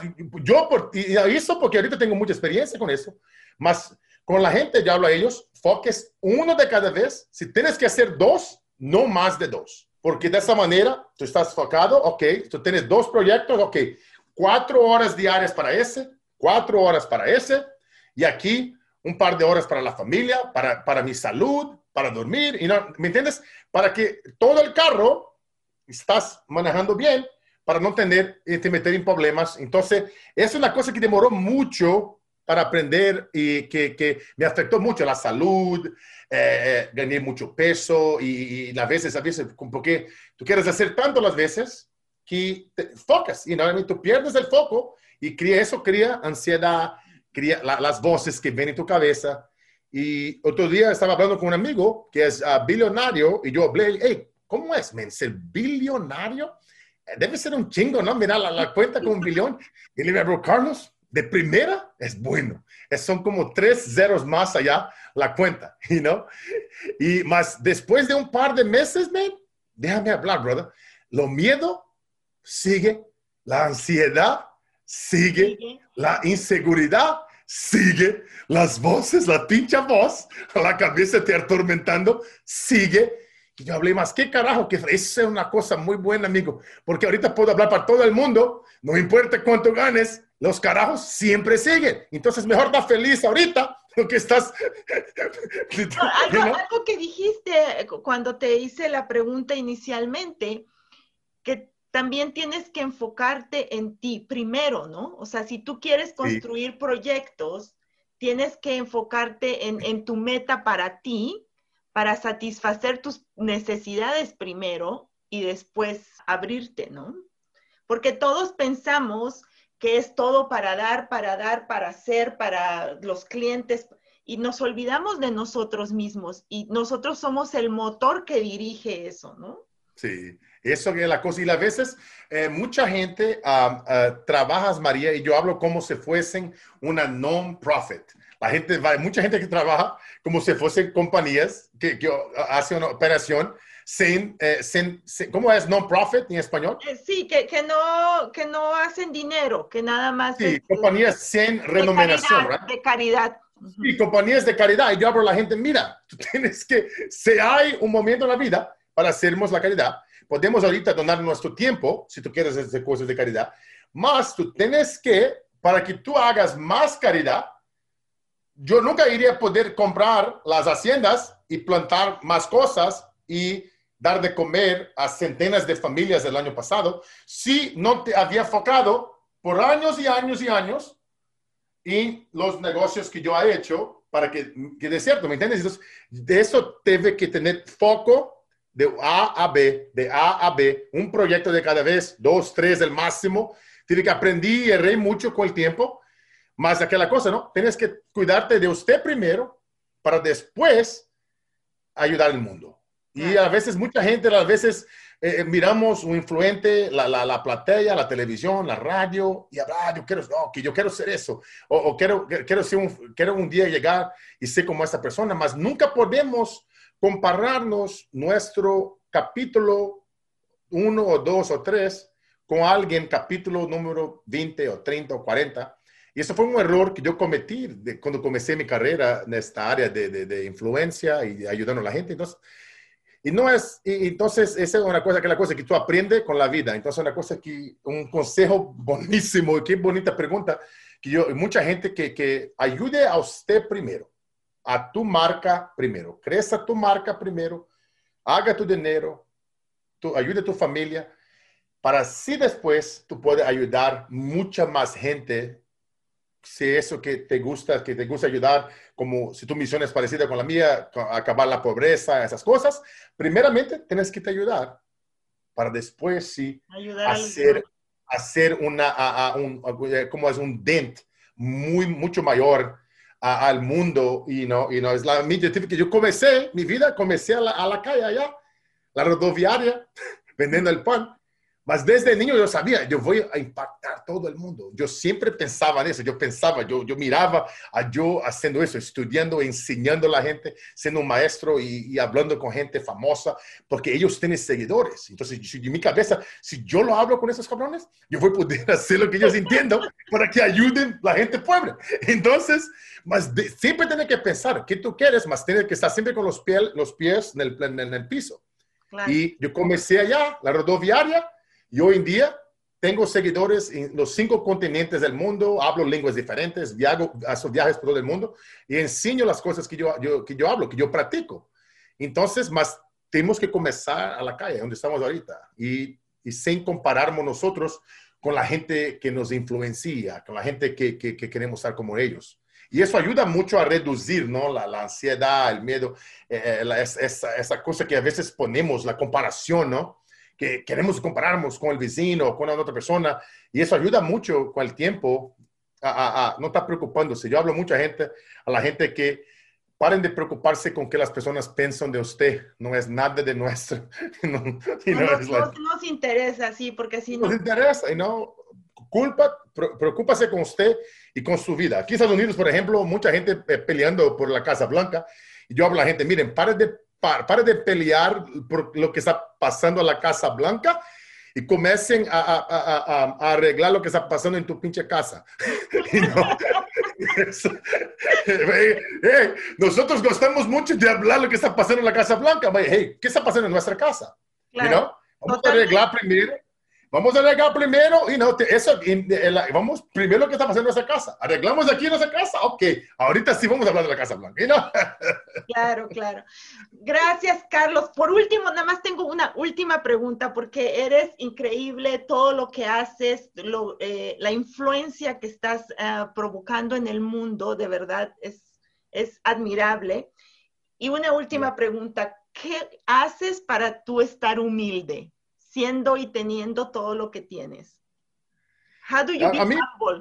y eso porque ahorita tengo mucha experiencia con eso, más con la gente, ya hablo a ellos, foques uno de cada vez. Si tienes que hacer 2, no más de 2. Porque de esa manera tú estás enfocado, ok, tú tienes 2 proyectos, ok, 4 horas diarias para ese, 4 horas para ese, y aquí un par de horas para la familia, para mi salud, para dormir, y no, ¿me entiendes? Para que todo el carro estás manejando bien, para no tener te meter en problemas. Entonces, es una cosa que demoró mucho para aprender y que me afectó mucho la salud, gané mucho peso y a veces, porque tú quieres hacer tanto las veces que te focas y normalmente tú pierdes el foco y eso crea ansiedad, crea las voces que ven en tu cabeza. Y otro día estaba hablando con un amigo que es billonario y yo hablé, hey, ¿cómo es, men? ¿Ser billonario? Debe ser un chingo, ¿no? Mira la cuenta con 1 billón. Y le digo, Carlos, de primera es bueno. Son como 3 ceros más allá la cuenta, you know? Y más después de un par de meses, man, déjame hablar, brother. Lo miedo sigue, la ansiedad sigue, la inseguridad sigue, las voces, la pincha voz, la cabeza te atormentando, sigue. Y yo hablé más, ¿qué carajo? Que esa es una cosa muy buena, amigo, porque ahorita puedo hablar para todo el mundo, no importa cuánto ganes, los carajos siempre siguen. Entonces, mejor estar feliz ahorita, lo que estás... Algo que dijiste cuando te hice la pregunta inicialmente, que también tienes que enfocarte en ti primero, ¿no? O sea, si tú quieres construir proyectos, tienes que enfocarte en tu meta para ti, para satisfacer tus necesidades primero y después abrirte, ¿no? Porque todos pensamos que es todo para dar, para hacer, para los clientes, y nos olvidamos de nosotros mismos, y nosotros somos el motor que dirige eso, ¿no? Sí, eso es la cosa. Y a veces mucha gente trabaja, María, y yo hablo como si fuesen una non-profit. Mucha gente que trabaja como si fuesen compañías que hacen una operación sin ¿cómo es non-profit en español? Sí, que no hacen dinero, que nada más Sí, es compañías sin remuneración, ¿verdad? de caridad. y compañías de caridad. Y yo hablo a la gente, mira, tú tienes que, si hay un momento en la vida para hacernos la caridad, podemos ahorita donar nuestro tiempo, si tú quieres hacer cosas de caridad, más tú tienes que, para que tú hagas más caridad, yo nunca iría a poder comprar las haciendas y plantar más cosas y dar de comer a centenas de familias el año pasado si no te había enfocado por años y años y años en los negocios que yo he hecho para que de cierto, ¿me entiendes? Entonces, de eso debe que tener foco de A a B, de A a B, un proyecto de cada vez, 2, 3 el máximo. Tiene que aprender y erré mucho con el tiempo. Más aquella cosa, ¿no? Tienes que cuidarte de usted primero para después ayudar al mundo. Y a veces mucha gente, a veces miramos un influente, la platea, la televisión, la radio, y habla, yo quiero ser eso, o quiero un día llegar y ser como esa persona, mas nunca podemos compararnos nuestro capítulo 1 o 2 o 3 con alguien capítulo número 20 o 30 o 40. Y eso fue un error que yo cometí cuando comencé mi carrera en esta área de influencia y ayudando a la gente. Entonces, esa es una cosa que tú aprendes con la vida. Entonces, un consejo buenísimo, qué bonita pregunta, mucha gente que ayude a usted primero, a tu marca primero, crezca tu marca primero, haga tu dinero, ayude a tu familia, para así después tú puedes ayudar mucha más gente. Si eso que te gusta ayudar, como si tu misión es parecida con la mía, acabar la pobreza, esas cosas, primeramente tienes que te ayudar para después sí hacer como es un dent mucho mayor al mundo. Es la mídia que yo comencé a la calle allá, la rodoviaria, vendiendo el pan. Mas desde niño yo sabía, yo voy a impactar todo el mundo. Yo siempre pensaba en eso. Yo miraba a yo haciendo eso, estudiando, enseñando a la gente, siendo un maestro y hablando con gente famosa, porque ellos tienen seguidores. Entonces, en mi cabeza, si yo lo hablo con esos cabrones, yo voy a poder hacer lo que ellos entiendan para que ayuden a la gente pobre. Entonces, siempre tienes que pensar qué tú quieres, mas tienes que estar siempre con los pies en el piso. Claro. Y yo comencé allá, la rodoviaria, y hoy en día tengo seguidores en los 5 continentes del mundo, hablo lenguas diferentes, hago viajes por todo el mundo y enseño las cosas que yo hablo, que yo practico. Entonces, más tenemos que comenzar a la calle, donde estamos ahorita, y sin compararnos nosotros con la gente que nos influencia, con la gente que queremos estar como ellos. Y eso ayuda mucho a reducir, ¿no? La ansiedad, el miedo, esa cosa que a veces ponemos, la comparación, ¿no? Que queremos compararnos con el vecino, con la otra persona, y eso ayuda mucho con el tiempo a no estar preocupándose. Yo hablo a la gente que paren de preocuparse con qué las personas piensan de usted, no es nada de nuestro. No nos interesa, sí, porque si no... Nos interesa, y no, preocúpase con usted y con su vida. Aquí en Estados Unidos, por ejemplo, mucha gente peleando por la Casa Blanca, y yo hablo a la gente, miren, paren de pelear por lo que está pasando en la Casa Blanca y comiencen a arreglar lo que está pasando en tu pinche casa. Nosotros gustamos mucho de hablar lo que está pasando en la Casa Blanca. Hey, ¿qué está pasando en nuestra casa? Claro, vamos a arreglar primero. Vamos primero lo que está pasando en nuestra casa. Arreglamos aquí en nuestra casa. Ok, ahorita sí vamos a hablar de la Casa Blanca. Claro, claro. Gracias, Carlos. Por último, nada más tengo una última pregunta, porque eres increíble todo lo que haces, la influencia que estás provocando en el mundo, de verdad, es admirable. Y una última pregunta, ¿qué haces para tú estar humilde? Siendo y teniendo todo lo que tienes. How do you be humble?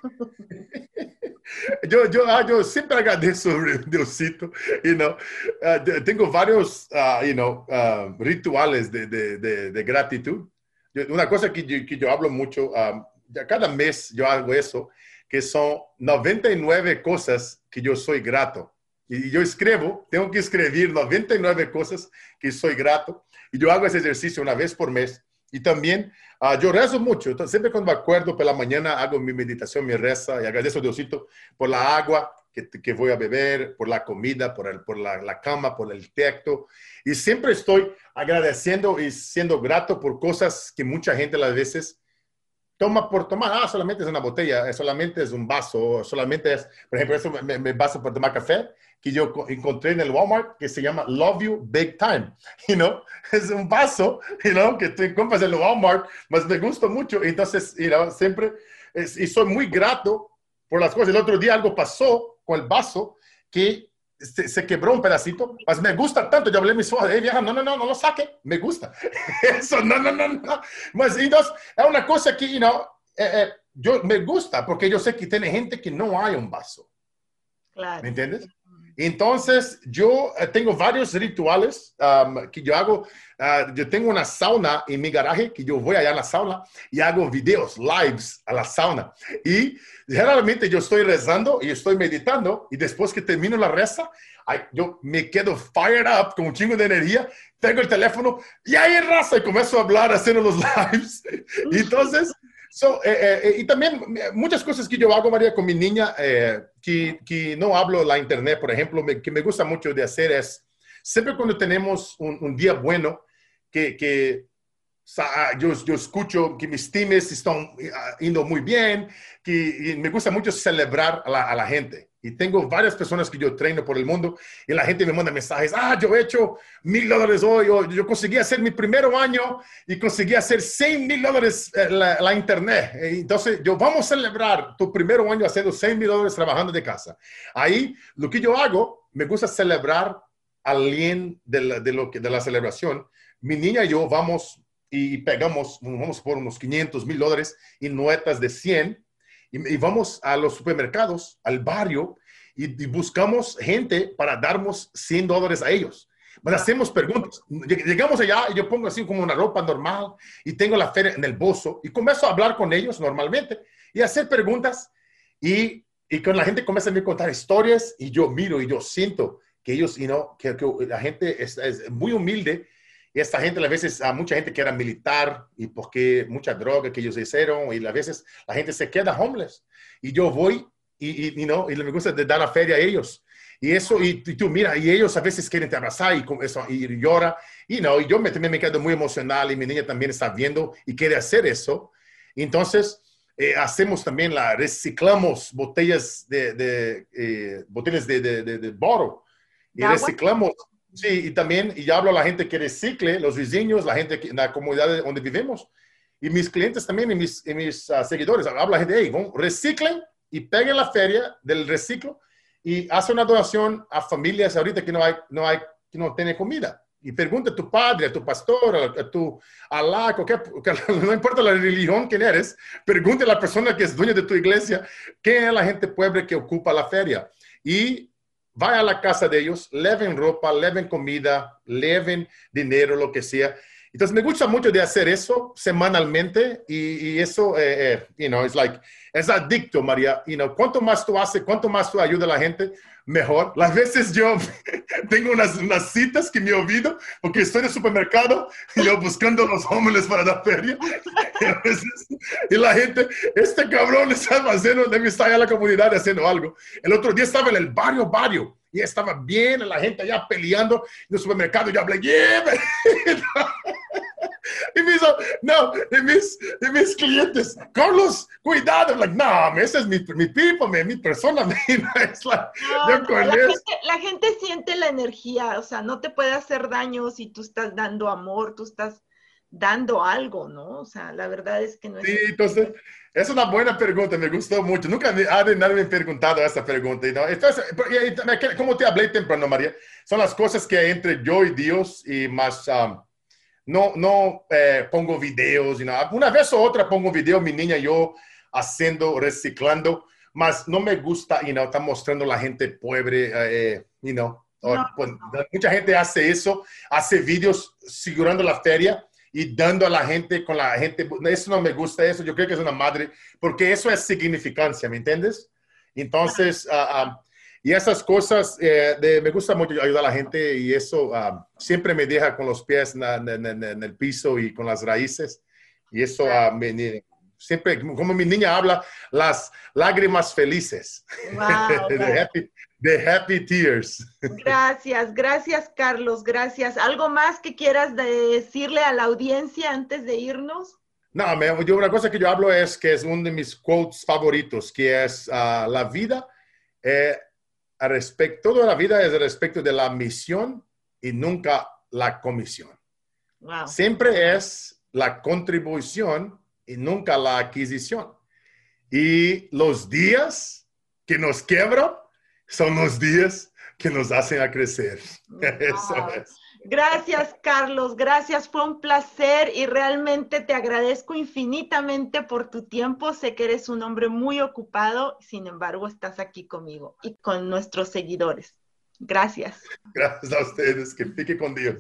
Yo siempre agradezco a Diosito, tengo varios, rituales de gratitud. Una cosa que yo hablo mucho, cada mes yo hago eso, que son 99 cosas que yo soy grato. Y yo tengo que escribir 99 cosas que soy grato. Y yo hago ese ejercicio una vez por mes. Y también yo rezo mucho. Entonces, siempre cuando me acuerdo por la mañana hago mi meditación, mi reza y agradezco a Diosito por la agua que voy a beber, por la comida, por la cama, por el techo. Y siempre estoy agradeciendo y siendo grato por cosas que mucha gente a veces toma por tomar. Solamente es una botella, solamente es un vaso, solamente es, por ejemplo, eso me vaso para tomar café que yo encontré en el Walmart que se llama Love You Big Time. Es un vaso, que tú compras en el Walmart, mas me gusta mucho. Entonces, siempre, y soy muy grato por las cosas. El otro día algo pasó con el vaso que se quebró un pedacito, mas me gusta tanto. Yo hablé a mi suegra, vieja, no lo saque, me gusta. Eso, no. Mas, entonces, es una cosa que, yo me gusta, porque yo sé que tiene gente que no hay un vaso. Claro. ¿Me entiendes? Entonces, yo tengo varios rituales que yo hago. Yo tengo una sauna en mi garaje, que yo voy allá a la sauna y hago videos, lives a la sauna. Y generalmente yo estoy rezando y estoy meditando, y después que termino la reza, yo me quedo fired up con un chingo de energía, tengo el teléfono y ahí raza y comienzo a hablar haciendo los lives. Y entonces... y también muchas cosas que yo hago, María, con mi niña, que no hablo la internet, por ejemplo, que me gusta mucho de hacer es, siempre cuando tenemos un día bueno, yo escucho que mis teams están yendo muy bien, y me gusta mucho celebrar a la gente. Y tengo varias personas que yo treino por el mundo y la gente me manda mensajes. Yo he hecho $1,000 hoy. O yo conseguí hacer mi primer año y conseguí hacer $100,000 la internet. Entonces, vamos a celebrar tu primer año haciendo $100,000 trabajando de casa. Ahí, lo que yo hago, me gusta celebrar al alguien de la celebración. Mi niña y yo vamos vamos por unos $500,000 y notas de 100. Y vamos a los supermercados, al barrio, y buscamos gente para darnos $100 a ellos. Pero hacemos preguntas. Llegamos allá y yo pongo así como una ropa normal y tengo la feria en el bolso y comienzo a hablar con ellos normalmente y hacer preguntas. Y con la gente comienza a me contar historias y yo miro y yo siento que ellos, que la gente es muy humilde. Y esta gente, a veces, mucha gente que era militar y porque mucha droga que ellos hicieron, y a veces la gente se queda homeless. Y yo voy y me gusta dar la feria a ellos. Y eso, y tú mira, y ellos a veces quieren te abrazar y llora. Y yo también me quedo muy emocional y mi niña también está viendo y quiere hacer eso. Entonces, hacemos también reciclamos botellas botellas de bottle y reciclamos. Sí, y también, y hablo a la gente que recicle, los vecinos, la gente en la comunidad donde vivimos, y mis clientes también, y mis seguidores, hablo a la gente, reciclen y peguen la feria del reciclo y hacen una donación a familias ahorita que que no tienen comida. Y pregunta a tu padre, a tu pastor, a tu Alá, no importa la religión que eres, pregunta a la persona que es dueña de tu iglesia, ¿qué es la gente pobre que ocupa la feria? Y vaya a la casa de ellos, lleven ropa, lleven comida, lleven dinero, lo que sea. Entonces, me gusta mucho de hacer eso semanalmente y eso, es adicto, María. Cuanto más tú haces, cuanto más tú ayudas a la gente, mejor. Las veces yo tengo unas citas que me olvido porque estoy en el supermercado y yo buscando los homeless para la feria. Y la gente, este cabrón está haciendo, debe estar allá en la comunidad haciendo algo. El otro día estaba en el barrio y estaba bien, la gente allá peleando en el supermercado. Yo hablé, yeah, y me hizo, no, de mis clientes, Carlos, cuidado. I'm like, no, ese es mi people, mi persona. It's like, la gente siente la energía, o sea, no te puede hacer daño si tú estás dando amor, tú estás dando algo, ¿no? O sea, la verdad es que no es... Sí, entonces, es una buena pregunta, me gustó mucho. Nunca nadie me ha preguntado esa pregunta. Entonces, como te hablé temprano, María, son las cosas que hay entre yo y Dios y más... no pongo videos, una vez o otra pongo video, mi niña y yo reciclando, mas no me gusta, está mostrando la gente pobre, mucha gente hace eso, hace videos segurando la feria y dando a la gente con la gente, eso no me gusta, eso yo creo que es una madre, porque eso es significancia, ¿me entiendes? Entonces, y esas cosas, me gusta mucho ayudar a la gente y eso siempre me deja con los pies en el piso y con las raíces. Y eso siempre, como mi niña habla, las lágrimas felices. Wow, The happy tears. Gracias, Carlos, gracias. ¿Algo más que quieras decirle a la audiencia antes de irnos? No, yo una cosa que yo hablo es que es uno de mis quotes favoritos, que es la vida, toda la vida es respecto de la misión y nunca la comisión. Wow. Siempre es la contribución y nunca la adquisición. Y los días que nos quebran son los días que nos hacen a crecer. Wow. Eso es. Gracias, Carlos. Gracias. Fue un placer y realmente te agradezco infinitamente por tu tiempo. Sé que eres un hombre muy ocupado, sin embargo, estás aquí conmigo y con nuestros seguidores. Gracias. Gracias a ustedes. Que pique con Dios.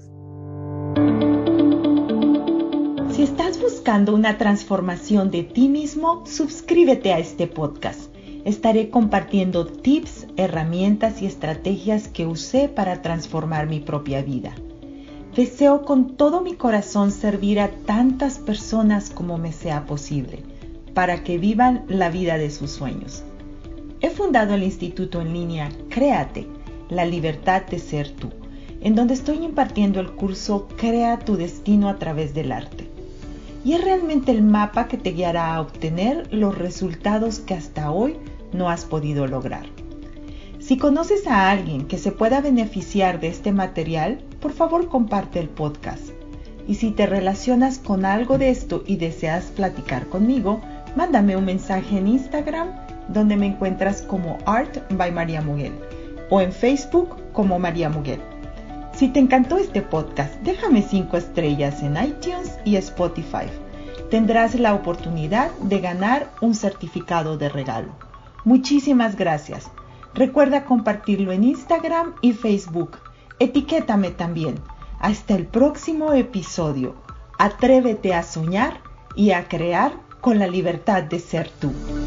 Si estás buscando una transformación de ti mismo, suscríbete a este podcast. Estaré compartiendo tips, herramientas y estrategias que usé para transformar mi propia vida. Deseo con todo mi corazón servir a tantas personas como me sea posible, para que vivan la vida de sus sueños. He fundado el instituto en línea Créate, la libertad de ser tú, en donde estoy impartiendo el curso Crea tu destino a través del arte. Y es realmente el mapa que te guiará a obtener los resultados que hasta hoy no has podido lograr. Si conoces a alguien que se pueda beneficiar de este material, por favor comparte el podcast. Y si te relacionas con algo de esto y deseas platicar conmigo, mándame un mensaje en Instagram, donde me encuentras como Art by María Muguel, o en Facebook como María Muguel. Si te encantó este podcast, déjame 5 estrellas en iTunes y Spotify. Tendrás la oportunidad de ganar un certificado de regalo. Muchísimas gracias. Recuerda compartirlo en Instagram y Facebook. Etiquétame también. Hasta el próximo episodio. Atrévete a soñar y a crear con la libertad de ser tú.